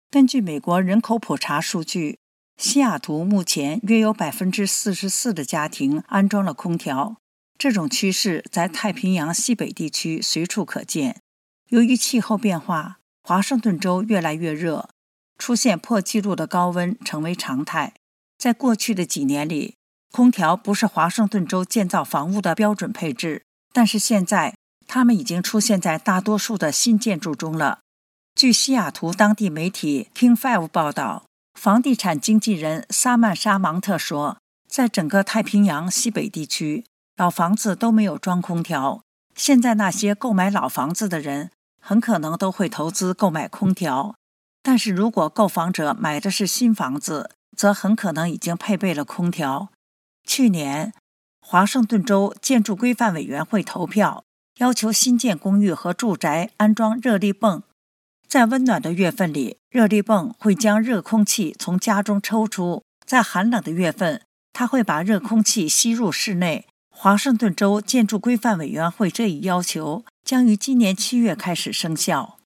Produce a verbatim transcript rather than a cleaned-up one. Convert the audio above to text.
根据美国人口普查数据，西雅图目前约有 百分之四十四 的家庭安装了空调，这种趋势在太平洋西北地区随处可见。由于气候变化，华盛顿州越来越热，出现破纪录的高温成为常态。在过去的几年里，空调不是华盛顿州建造房屋的标准配置，但是现在它们已经出现在大多数的新建筑中了。据西雅图当地媒体 King Five 报道，房地产经纪人萨曼莎·芒特说，在整个太平洋西北地区，老房子都没有装空调。现在那些购买老房子的人很可能都会投资购买空调，但是如果购房者买的是新房子，则很可能已经配备了空调。去年，华盛顿州建筑规范委员会投票，要求新建公寓和住宅安装热力泵。在温暖的月份里，热力泵会将热空气从家中抽出；在寒冷的月份，它会把热空气吸入室内。华盛顿州建筑规范委员会这一要求将于今年七月开始生效。